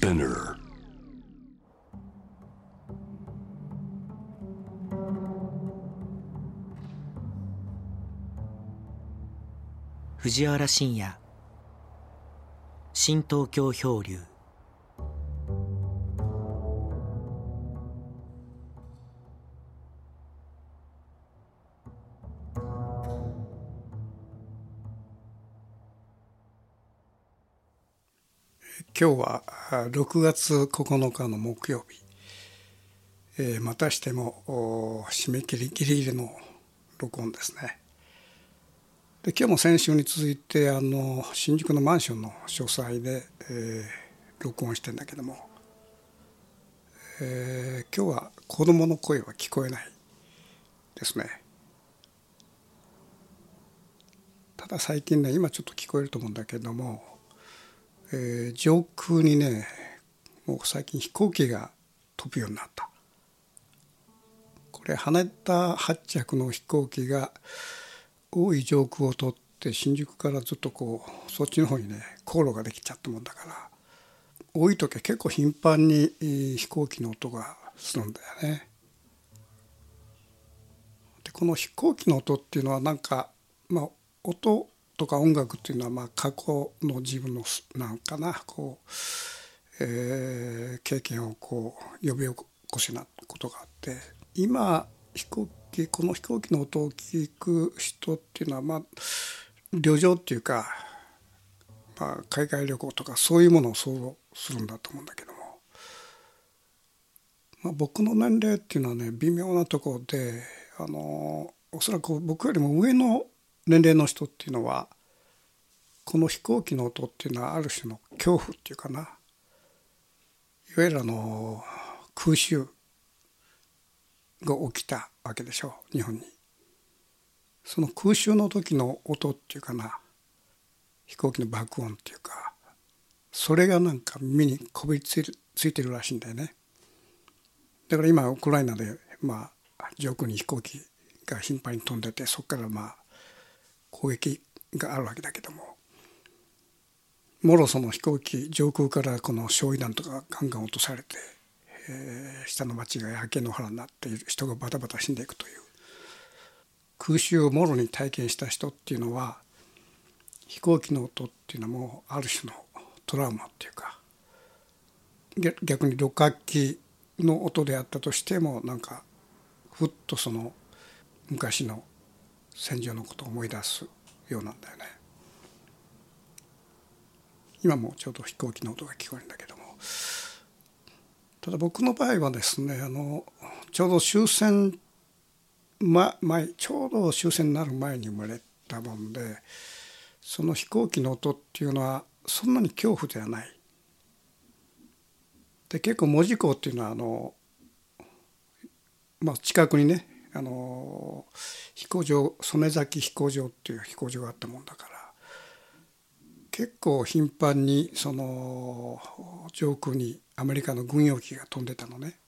Spinner. 藤原信也、新東京漂流。 今日は6月9日の木曜日、またしても締め切りギリギリの録音ですね。で今日も先週に続いて新宿のマンションの書斎で、録音してんだけども、今日は子供の声は聞こえないですね。ただ最近ね、今ちょっと聞こえると思うんだけども、上空にね、もう最近飛行機が飛ぶようになった。これ羽田発着の飛行機が大井上空を通って新宿からずっとそっちの方にね航路ができちゃったもんだから、多い時は結構頻繁に飛行機の音がするんだよね。でこの飛行機の音っていうのはなんか、音とか音楽っていうのは過去の自分のなんかな経験を呼び起こしなことがあって、今この飛行機の音を聞く人っていうのは旅情っていうか、海外旅行とかそういうものを想像するんだと思うんだけども、僕の年齢っていうのはね微妙なところで、おそらく僕よりも上の年齢の人っていうのはこの飛行機の音っていうのはある種の恐怖っていうかな、いわゆる空襲が起きたわけでしょう、日本に。その空襲の時の音っていうかな、飛行機の爆音っていうか、それがなんか耳にこびりついてるらしいんだよね。だから今ウクライナで上空に飛行機が頻繁に飛んでて、そこから攻撃があるわけだけども、もろその飛行機上空からこの焼夷弾とかガンガン落とされて、下の町が焼け野原になっている、人がバタバタ死んでいくという空襲をもろに体験した人っていうのは、飛行機の音っていうのもある種のトラウマっていうか、逆に旅客機の音であったとしてもなんかふっとその昔の戦場のことを思い出すようなんだよね。今もちょうど飛行機の音が聞こえるんだけども、ただ僕の場合はですね、ちょうど終戦ちょうど終戦になる前に生まれたもんで、その飛行機の音っていうのはそんなに恐怖ではない。で結構門司港っていうのは近くにね飛行場、曽根崎飛行場っていう飛行場があったもんだから、結構頻繁にその上空にアメリカの軍用機が飛んでたのね。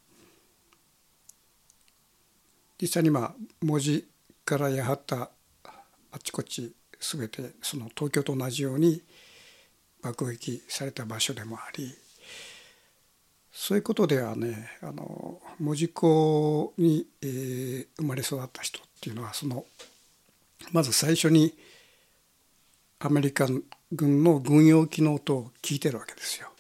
実際に門司から八幡あちこち全てその東京と同じように爆撃された場所でもあり、そういうことではね門司港に、生まれ育った人っていうのはまず最初にアメリカ軍の軍用機の音を聞いてるわけですよ。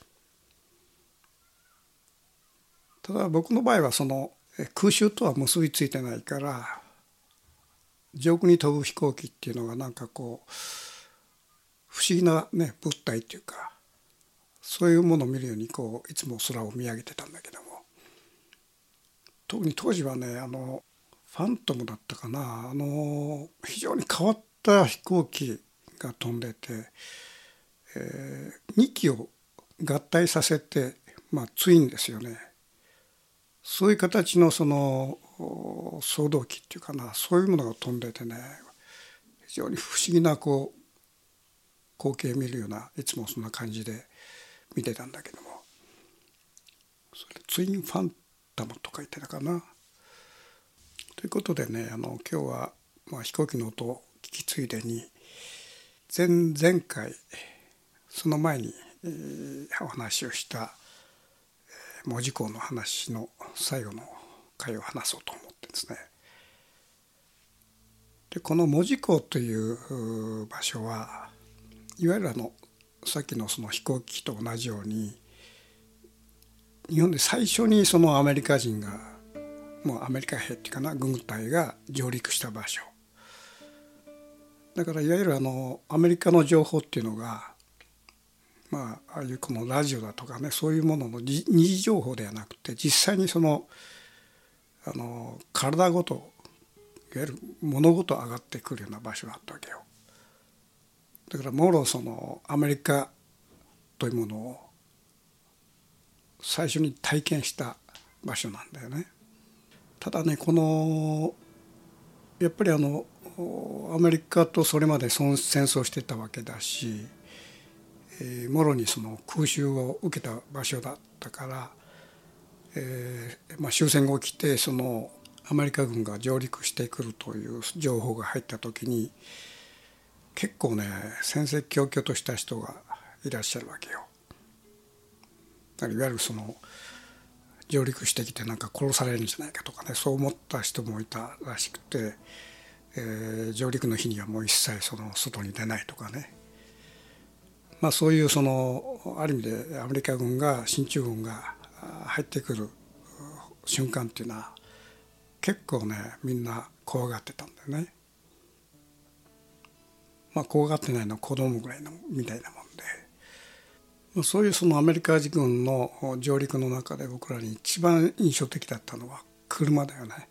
ただ僕の場合はその空襲とは結びついてないから、上空に飛ぶ飛行機っていうのがなんか不思議なね物体っていうか、そういうものを見るようにいつも空を見上げてたんだけども、特に当時はねファントムだったかな、非常に変わった飛行機が飛んでて、2機を合体させてツインですよね。そういう形のその騒動機っていうかな、そういうものが飛んでてね、非常に不思議な光景を見るような、いつもそんな感じで見てたんだけども、それツインファンタムとか言ってたかな。ということでね、今日は飛行機の音を聞きついでに、前々回その前にお話をした門司港の話の最後の回を話そうと思ってですね。でこの門司港という場所はいわゆるさっきのその飛行機と同じように日本で最初にそのアメリカ人がもうアメリカ兵っていうかな軍隊が上陸した場所だからいわゆるアメリカの情報っていうのがああいうこのラジオだとかねそういうものの二次情報ではなくて実際にその体ごといわゆる物事上がってくるような場所だったわけよ。だからもろそのアメリカというものを最初に体験した場所なんだよね。ただねやっぱりアメリカとそれまで戦争してたわけだし、もろにその空襲を受けた場所だったから、終戦が起きてそのアメリカ軍が上陸してくるという情報が入った時に結構ね戦々恐々とした人がいらっしゃるわけよ。だからいわゆるその上陸してきてなんか殺されるんじゃないかとかねそう思った人もいたらしくて、上陸の日にはもう一切その外に出ないとかね、そういうそのある意味でアメリカ軍が進駐軍が入ってくる瞬間っていうのは結構ねみんな怖がってたんだよね。怖がってないのは子供ぐらいのみたいなもんで、そういうそのアメリカ軍の上陸の中で僕らに一番印象的だったのは車だよね。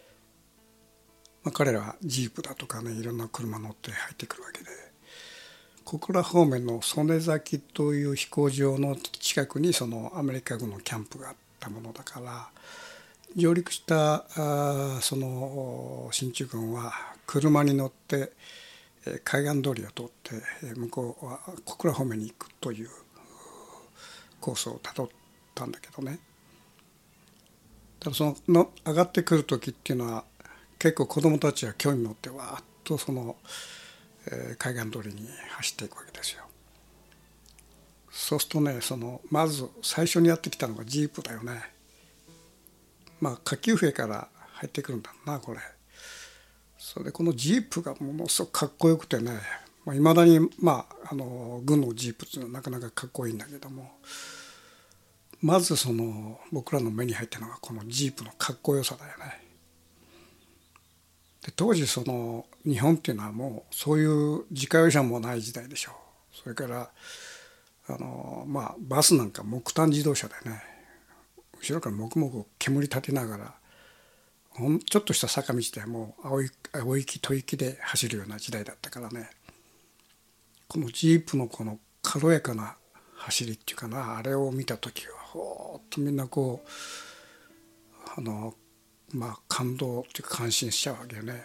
彼らはジープだとかねいろんな車乗って入ってくるわけで、小倉方面の曽根崎という飛行場の近くにそのアメリカ軍のキャンプがあったものだから上陸したその進駐軍は車に乗って海岸通りを通って向こうは小倉方面に行くというコースをたどったんだけどね。ただその上がってくる時っていうのは結構子どもたちは興味持ってわーっとその海岸通りに走っていくわけですよ。そうするとねまず最初にやってきたのがジープだよね。下級兵から入ってくるんだなこれ。それでこのジープがものすごくかっこよくてねいまだに軍のジープっていうのはなかなかかっこいいんだけどもまず僕らの目に入ったのがこのジープのかっこよさだよね。で当時日本っていうのはもうそういう自家用車もない時代でしょう。それからバスなんか木炭自動車でね後ろからもくもく煙立てながらちょっとした坂道でもう青息吐息で走るような時代だったからねこのジープのこの軽やかな走りっていうかなあれを見た時はほーっとみんな感動っていうか感心しちゃうわけよね。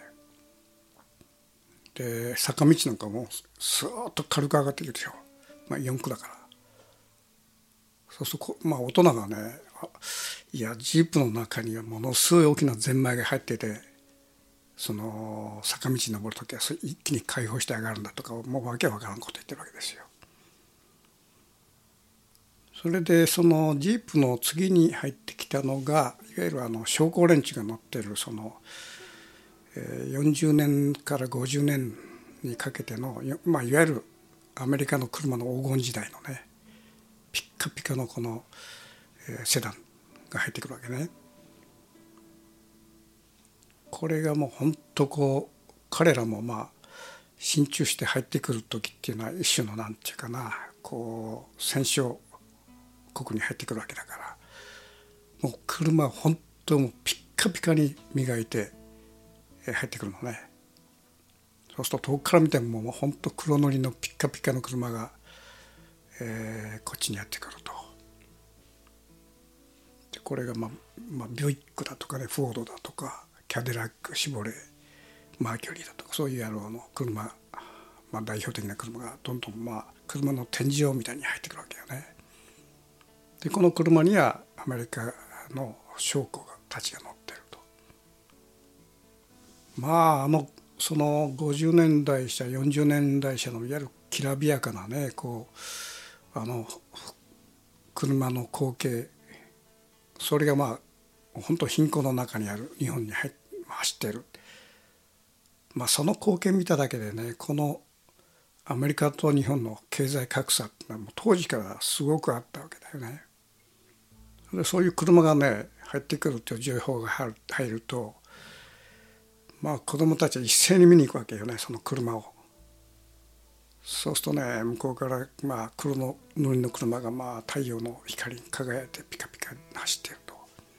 で坂道なんかもスーッと軽く上がってくるでしょ。4区だからそうすると大人がねいやジープの中にはものすごい大きなゼンマイが入っててその坂道登る時は一気に解放して上がるんだとかもうわけわからんこと言ってるわけですよ。それでそのジープの次に入ってきたのがいわゆる将校連中が乗ってる40年から50年にかけてのいわゆるアメリカの車の黄金時代のねピッカピカのこのセダンが入ってくるわけね。これがもう本当彼らも進駐して入ってくる時っていうのは一種のなんていうかな戦勝国に入ってくるわけだからもう車は本当もうピッカピカに磨いて入ってくるのね。そうすると遠くから見てももう本当黒塗りのピッカピカの車が、こっちにやってくると。でこれがビュイックだとかねフォードだとかキャデラックシボレーマーキュリーだとかそういう車、代表的な車がどんどん車の展示場みたいに入ってくるわけよね。でこの車にはアメリカの将校たちが乗ってると。その50年代車40年代車のいわゆるきらびやかなね車の光景それがまあ本当貧困の中にある日本に走っている、まあ、その光景見ただけでね、このアメリカと日本の経済格差ってのはもう当時からすごくあったわけだよね。でそういう車がね入ってくるという情報が入ると、まあ子供たちは一斉に見に行くわけよね、その車を。そうするとね、向こうからまあ黒の塗りの車がまあ太陽の光に輝いてピカピカに走っていると。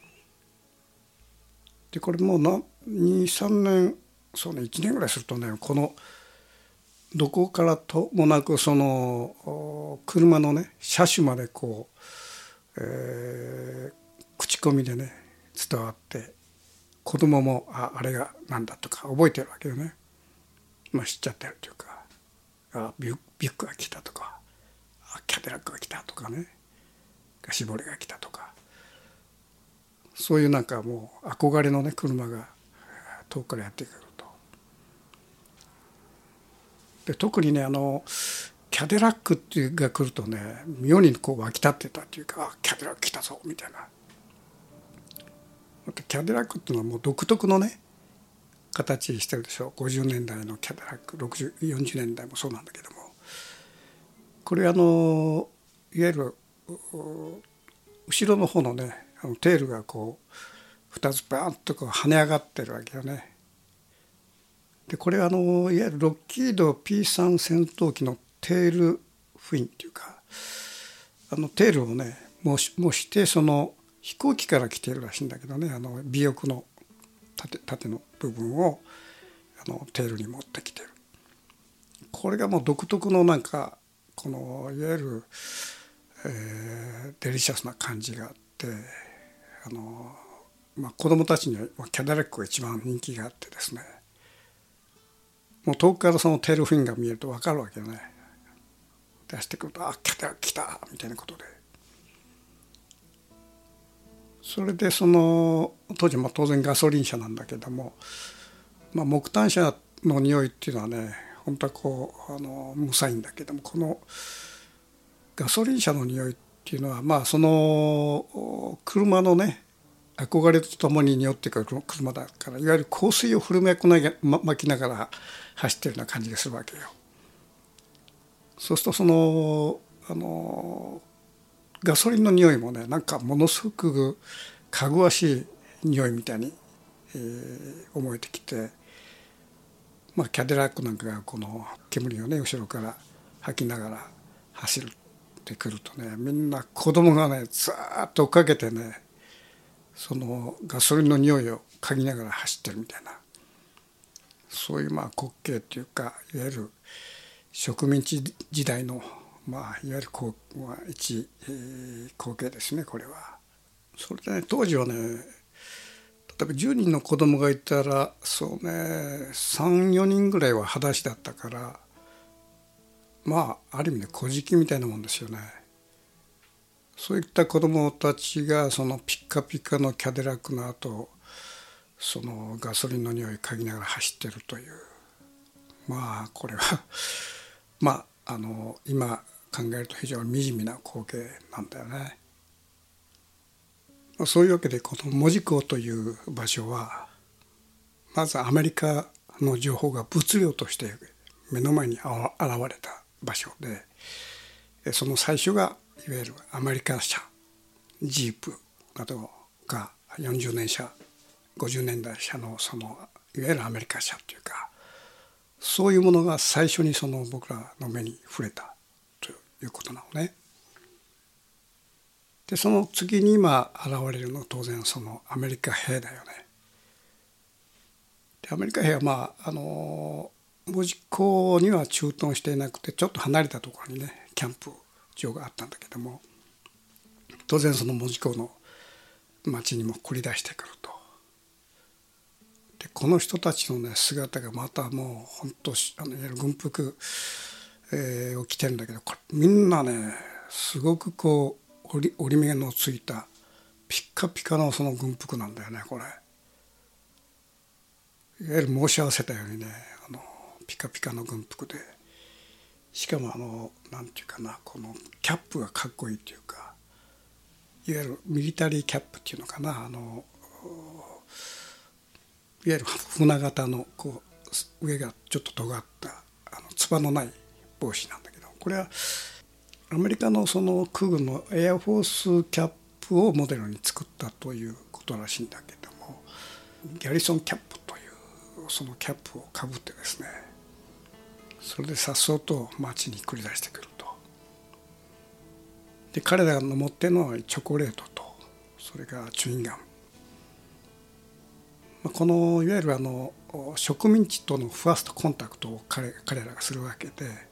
でこれもう23年、そうね、1年ぐらいするとね、このどこからともなくその車のね車種までこう、口コミでね伝わって、子供もあれがなんだとか覚えてるわけよね。まあ知っちゃってるというか、ビュックが来たとか、キャデラックが来たとかね、ガシボレが来たとか、そういうなんかもう憧れのね車が遠くからやってくると。で特にねキャデラックっていうが来るとね、妙にこう沸き立ってたっていうか、キャデラック来たぞみたいな。キャデラックっていうのはもう独特のね形してるでしょ。50年代のキャデラック、40年代もそうなんだけども、これいわゆる後ろの方のねテールがこう2つバーンとこう跳ね上がってるわけよね。でこれいわゆるロッキード P3 戦闘機のテールフィンっていうか、テールをね模してその飛行機から来ているらしいんだけどね、尾翼の縦の部分をテールに持ってきてる。これがもう独特のなんかこのいわゆる、デリシャスな感じがあって、まあ、子供たちにはキャデラックが一番人気があってですね、もう遠くからそのテールフィンが見えると分かるわけよね。出してくるとキャデラック来たみたいなことで、それでその当時当然ガソリン車なんだけども、まあ、木炭車の匂いっていうのはね本当はこう無臭いんだけども、このガソリン車の匂いっていうのはまあその車のね憧れとともに匂ってくる車だから、いわゆる香水を振り巻きながら走ってるような感じがするわけよ。そうするとそのガソリンの匂いもねなんかものすごくかぐわしい匂いみたいに、思えてきて、まあ、キャデラックなんかがこの煙をね後ろから吐きながら走ってくるとね、みんな子供がねザーッと追っかけてね、そのガソリンの匂いを嗅ぎながら走ってるみたいな、そういうまあ滑稽っていうか、いわゆる植民地時代のまあいわゆる一光景ですね、これは。それでね当時はね、例えば10人の子供がいたらそうね3、4人ぐらいは裸足だったから、まあある意味で小じみたいなもんですよね。そういった子供たちがそのピッカピカのキャデラックの後、そのガソリンの匂い嗅ぎながら走ってるという、まあこれはまあ今考えると非常に惨めな光景なんだよね。そういうわけでこの門司港という場所はまずアメリカの情報が物量として目の前に現れた場所で、その最初がいわゆるアメリカ車、ジープなどが40年車、50年代車のそのいわゆるアメリカ車というか、そういうものが最初にその僕らの目に触れたということなのね。でその次に今現れるのは当然そのアメリカ兵だよね。でアメリカ兵はまあ門司港には駐屯していなくて、ちょっと離れたところにねキャンプ場があったんだけども、当然その門司港の町にも繰り出してくると。でこの人たちのね姿がまたもう本当いわゆる軍服、を着てるんだけど、これみんなねすごくこう折り目のついたピッカピカのその軍服なんだよね。これいわゆる申し合わせたようにねピカピカの軍服で、しかもなんていうかな、このキャップがかっこいいっていうか、 いわゆるミリタリーキャップっていうのかな、いわゆる船型のこう上がちょっと尖ったつばのない帽子なんだけど、これはアメリカのその空軍のエアフォースキャップをモデルに作ったということらしいんだけども、ギャリソンキャップというそのキャップをかぶってですね、それで颯爽と街に繰り出してくると。で彼らの持ってるのはチョコレートと、それからチューインガム、このいわゆる植民地とのファーストコンタクトを彼らがするわけ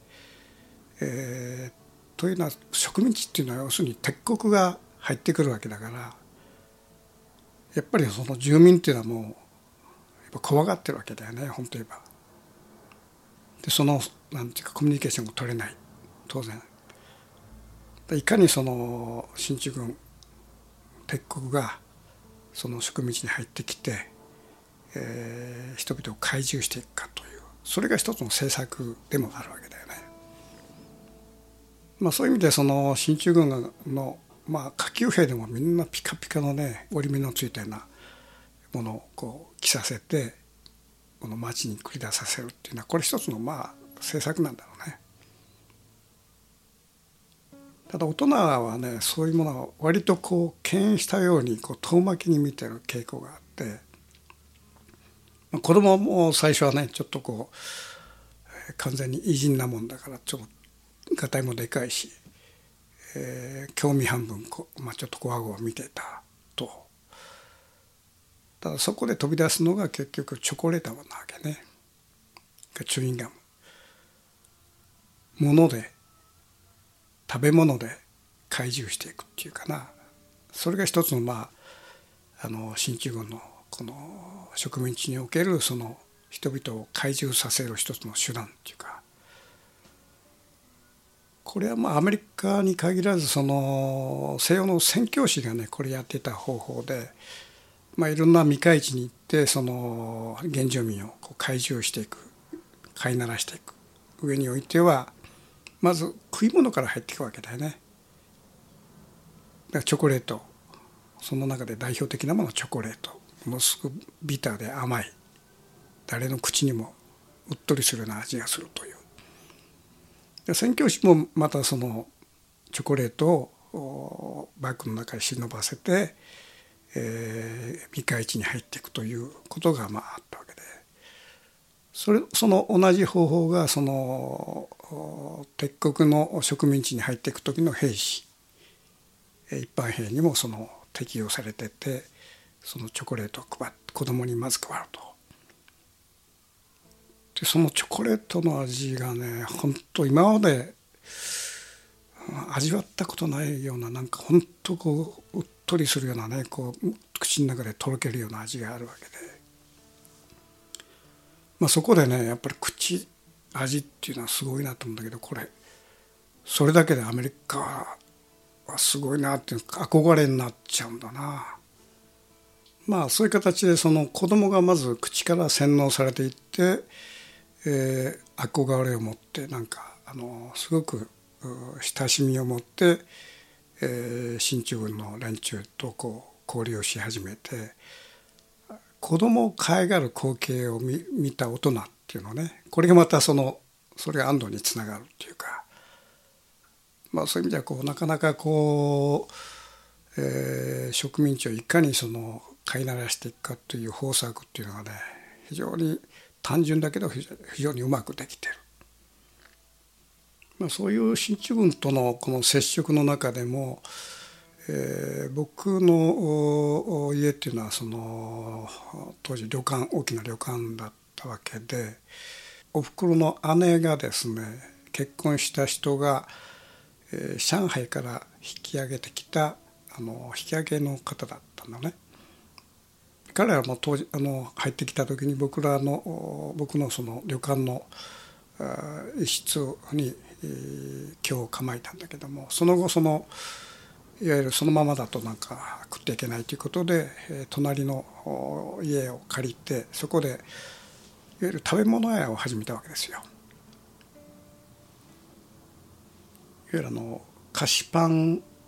で、というのは植民地っていうのは要するに敵国が入ってくるわけだから、やっぱりその住民っていうのはもうやっぱ怖がってるわけだよね、本当言えば。でそのなんていうかコミュニケーションも取れない、当然。いかにその進駐軍敵国がその植民地に入ってきて、人々を懐柔していくかという、それが一つの政策でもあるわけだよね。そういう意味でその進駐軍の下級兵でもみんなピカピカのね折り目のついたようなものをこう着させてこの街に繰り出させるっていうのは、これ一つの政策なんだろうね。ただ大人はね、そういうものを割とこう敬遠したようにこう遠巻きに見てる傾向があって、子供も最初はねちょっとこう完全に偉人なもんだからちょっとがたいもでかいし、興味半分ちょっとこわごわ見てたと。ただそこで飛び出すのが結局チョコレートなわけね。チューインガム、物で食べ物で懐柔していくっていうかな、それが一つの進駐軍のこの植民地におけるその人々を懐柔させる一つの手段っていうか、これはアメリカに限らずその西洋の宣教師がねこれやっていた方法で、いろんな未開地に行ってその原住民をこう懐柔していく、飼いならしていく上においてはまず食い物から入っていくわけだよね。だからチョコレート、その中で代表的なものはチョコレート、ものすごくビターで甘い、誰の口にもうっとりするような味がするという。で宣教師もまたそのチョコレートをバッグの中に忍ばせて、未開地に入っていくということがあったわけで、その同じ方法がその敵国の植民地に入っていく時の兵士、一般兵にもその適用されてて、そのチョコレートを子供にまず配ると。でそのチョコレートの味がね、本当今まで味わったことないような、なんか本当こううっとりするようなね、こう口の中でとろけるような味があるわけで、そこでねやっぱり味っていうのはすごいなと思うんだけど、これそれだけでアメリカはすごいなっていう憧れになっちゃうんだな。そういう形でその子供がまず口から洗脳されていって、憧れを持ってなんかすごく親しみを持って、進駐軍の連中とこう交流をし始めて、子供を可愛がる光景を見た大人っていうのね、これがまたそれが安堵につながるっていうか、そういう意味ではこうなかなかこう、植民地をいかにその飼いならしていくかという方策っていうのがね、非常に単純だけど非常にうまくできてる。そういう進駐軍とのこの接触の中でも、僕の家っていうのはその当時大きな旅館だったわけで、おふくろの姉がですね、結婚した人が、上海から引き上げてきた引き上げの方だったんだね。彼らも当時入ってきた時に僕のその旅館の一室に居を構えたんだけども、その後いわゆるそのままだとなんか食っていけないということで、隣の家を借りて、そこでいわゆる食べ物屋を始めたわけですよ。いわゆる菓子パン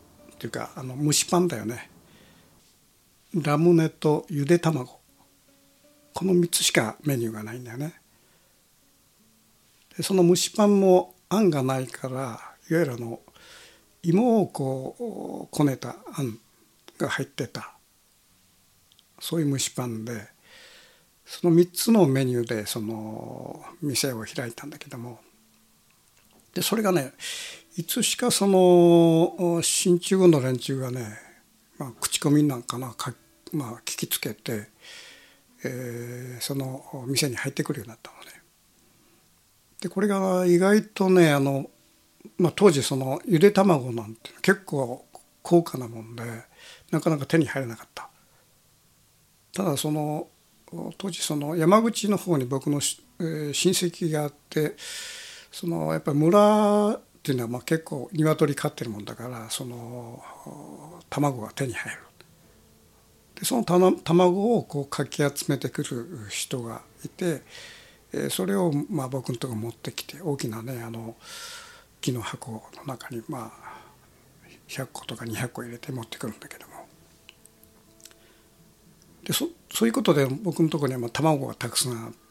っていうか蒸しパンだよね。ラムネとゆで卵、この3つしかメニューがないんだよね。でその蒸しパンもあんがないから、いわゆる芋をこねたあんが入ってた、そういう蒸しパンで、その3つのメニューでその店を開いたんだけども、でそれがね、いつしかその進駐軍の連中がね、口コミなんかな、聞きつけて、その店に入ってくるようになったのね。でこれが意外とね、当時そのゆで卵なんて結構高価なもんで、なかなか手に入らなかった。ただその当時その山口の方に僕の親戚があって、そのやっぱり村っていうのは結構鶏飼ってるもんだから、その卵が手に入る。でその卵をこうかき集めてくる人がいて、それを僕のところ持ってきて、大きなね木の箱の中に100個とか200個入れて持ってくるんだけども、でそういうことで僕のところには卵がたくさんあって、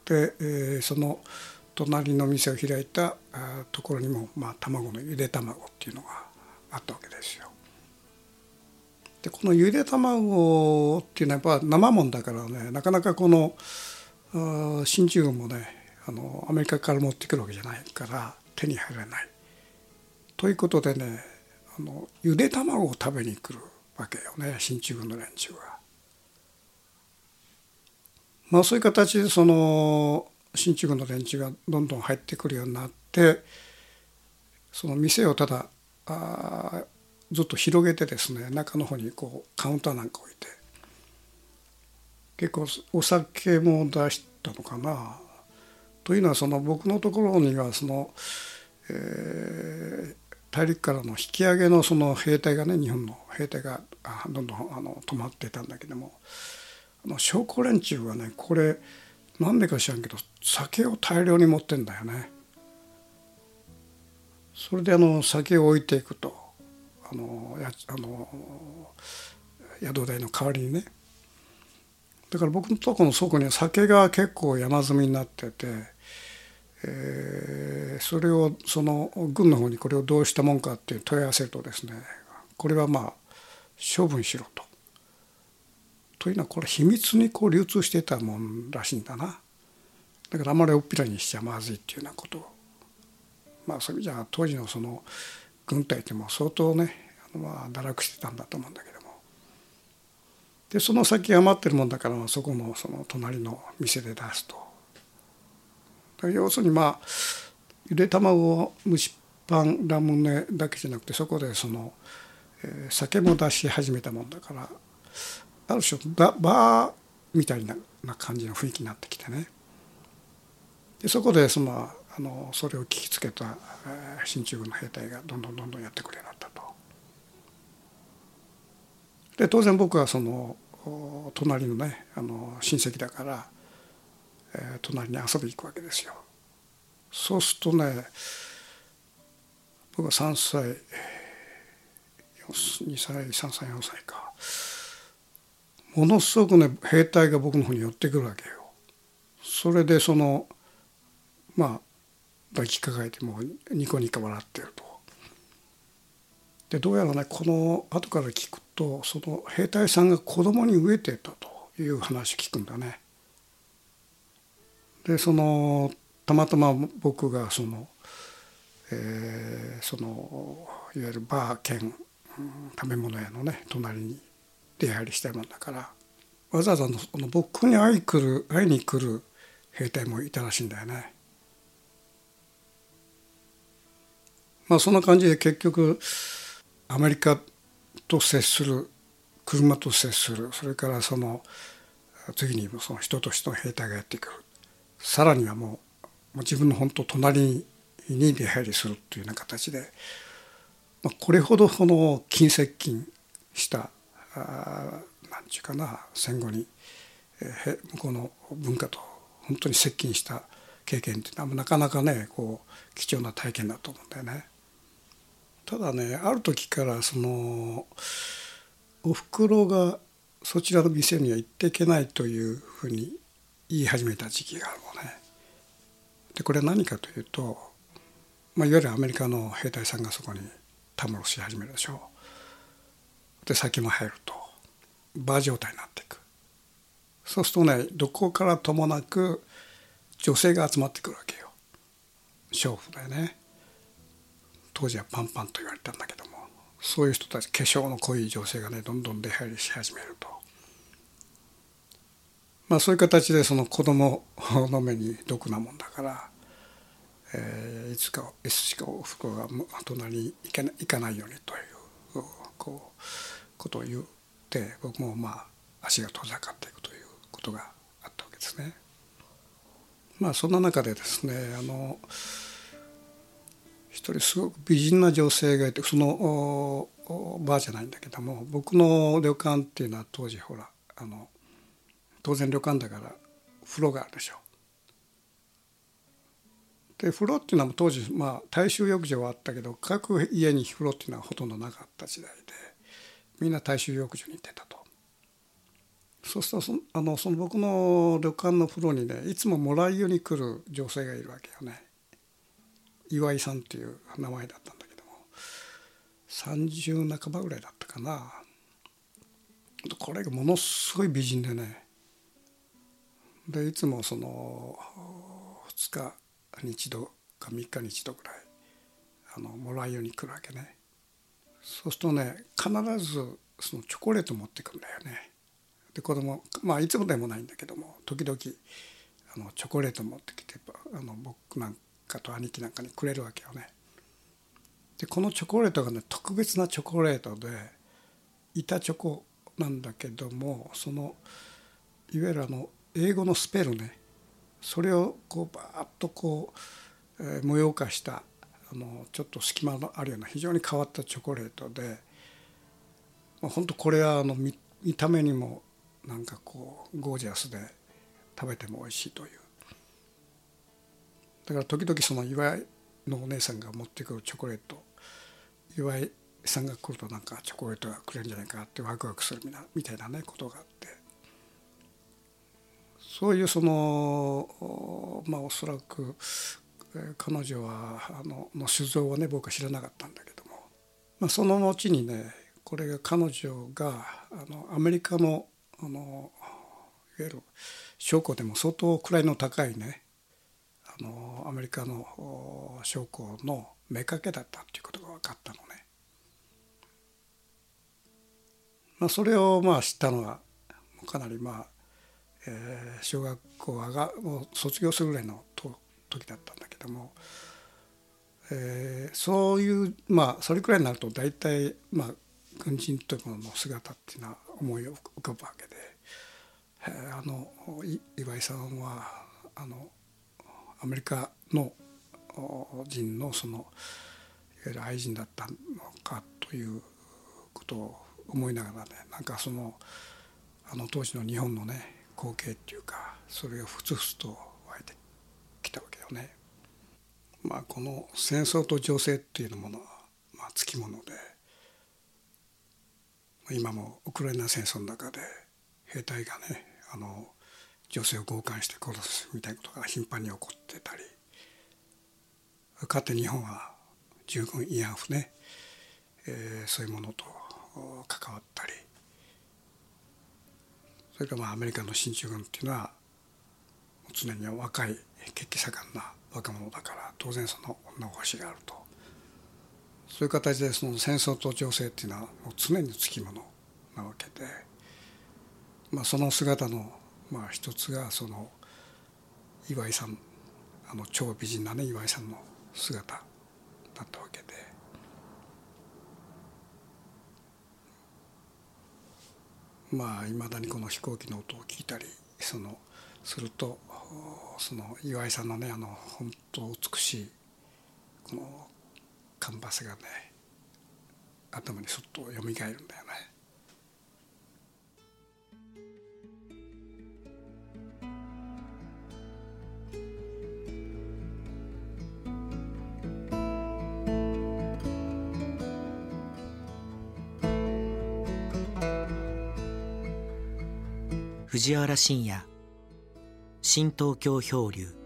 その隣の店を開いたところにも卵のゆで卵っていうのがあったわけですよ。でこのゆで卵っていうのはやっぱ生もんだからね、なかなかこの進駐軍もねアメリカから持ってくるわけじゃないから手に入らないということでね、ゆで卵を食べに来るわけよね、進駐軍の連中が。そういう形でその進駐軍の連中がどんどん入ってくるようになって、その店をただずっと広げてですね、中の方にこうカウンターなんか置いて、結構お酒も出したのかな。というのはその僕のところにはその、大陸からの引き上げのその兵隊がね、日本の兵隊がどんどん止まってたんだけども、将校連中はね、これなんでか知らんけど酒を大量に持ってんだよね。それで酒を置いていくと、宿代の代わりにね。だから僕のとこの倉庫には酒が結構山積みになってて、それをその軍の方にこれをどうしたもんかっていう問い合わせるとですね、これは処分しろと。というのはこれ秘密にこう流通していたもんらしいんだな。だからあまりおっぴらにしちゃまずいっていうようなことを、そういう意味じゃ当時のその軍隊っても相当ね堕落してたんだと思うんだけども、でその先余ってるもんだから、そこのその隣の店で出すと。要するにゆで卵、蒸しパン、ラムネだけじゃなくて、そこでその、酒も出し始めたもんだから、ある種バーみたいな感じの雰囲気になってきてね。でそこでそれを聞きつけた進駐軍の兵隊がどんどんやってくるようになったと。で当然僕はその隣のね親戚だから、隣に遊びに行くわけですよ。そうするとね、僕は3歳2歳3歳4歳か、ものすごくね兵隊が僕の方に寄ってくるわけよ。それでその抱きかかえてもうニコニコ笑ってると。でどうやらね、この後から聞くと、その兵隊さんが子供に飢えてたという話聞くんだね。でたまたま僕がそのいわゆるバー兼、食べ物屋のね隣に出入りしたいもんだから、わざわざ僕に会いに来る兵隊もいたらしいんだよね。そんな感じで結局アメリカと接する、車と接する、それからその次にその人と人の兵隊がやってくる、さらにはもう自分の本当隣に出入りするというような形で、これほど近接近したなんちゅうかな、戦後に向こうの文化と本当に接近した経験っていうのはなかなかね貴重な体験だと思うんだよね。 ただね、ある時からそのおふくろがそちらの店には行っていけないというふうに言い始めた時期があるのね。でこれは何かというと、いわゆるアメリカの兵隊さんがそこにたむろし始めるでしょう。で酒も入るとバー状態になっていく。そうするとね、どこからともなく女性が集まってくるわけよ。娼婦だよね。当時はパンパンと言われたんだけども、そういう人たち、化粧の濃い女性がねどんどん出入りし始めると、そういう形でその子供の目に毒なもんだから、いつしかおふくろが隣に行かないようにということを言って、僕も足が遠ざかっていくということがあったわけですね。そんな中でですね、一人すごく美人な女性がいて、そのバーじゃないんだけども、僕の旅館っていうのは当時ほら当然旅館だから風呂があるでしょ。で風呂っていうのは当時大衆浴場はあったけど、各家に風呂っていうのはほとんどなかった時代で、みんな大衆浴場に行ってたと。そうするとその僕の旅館の風呂にね、いつももらい湯に来る女性がいるわけよね。岩井さんっていう名前だったんだけども、30半ばぐらいだったかな。これがものすごい美人でね、でいつもその2日に1度か3日に1度ぐらいもらい湯に来るわけね。そうするとね、必ずそのチョコレート持ってくんだよね。で子供いつもでもないんだけども、時々チョコレート持ってきて僕なんかと兄貴なんかにくれるわけよね。でこのチョコレートがね、特別なチョコレートで板チョコなんだけども、そのいわゆる英語のスペルね、それをこうバーッと模様化したちょっと隙間のあるような非常に変わったチョコレートで、本当これは見た目にもなんかゴージャスで食べても美味しいという。だから時々その岩井のお姉さんが持ってくるチョコレート、岩井さんが来るとなんかチョコレートがくれるんじゃないかってワクワクするみたいなねことがあって、そういうそのおそらく彼女はの酒造はね僕は知らなかったんだけども、その後にね、これが彼女がアメリカのいわゆる将校でも相当位の高いねアメリカの将校の妾だったっていうことが分かったのね。それを知ったのはかなり小学校がもう卒業するぐらいの時だったんだけども、そういうそれくらいになると大体軍人というものの姿っていうのは思い浮かぶわけで、岩井さんはアメリカの人のそのいわゆる愛人だったのかということを思いながらね、なんか当時の日本のね光景っていうか、それがふつふつと湧いてきたわけよね。この戦争と情勢っていうものはつきもので、今もウクライナ戦争の中で兵隊がね女性を強姦して殺すみたいなことが頻繁に起こってたり、かつて日本は従軍慰安婦ね、そういうものと関わったり、それからアメリカの進駐軍っていうのは常に若い血気盛んな若者だから当然その女欲しがあると、そういう形でその戦争と情勢っていうのはもう常につきものなわけで、その姿の一つがその岩井さん、超美人なね岩井さんの姿だったわけで、いまだにこの飛行機の音を聞いたりすると、その岩井さんのね本当美しいこのカンバスがね頭にそっとよみがえるんだよね。 藤原信也、新東京漂流。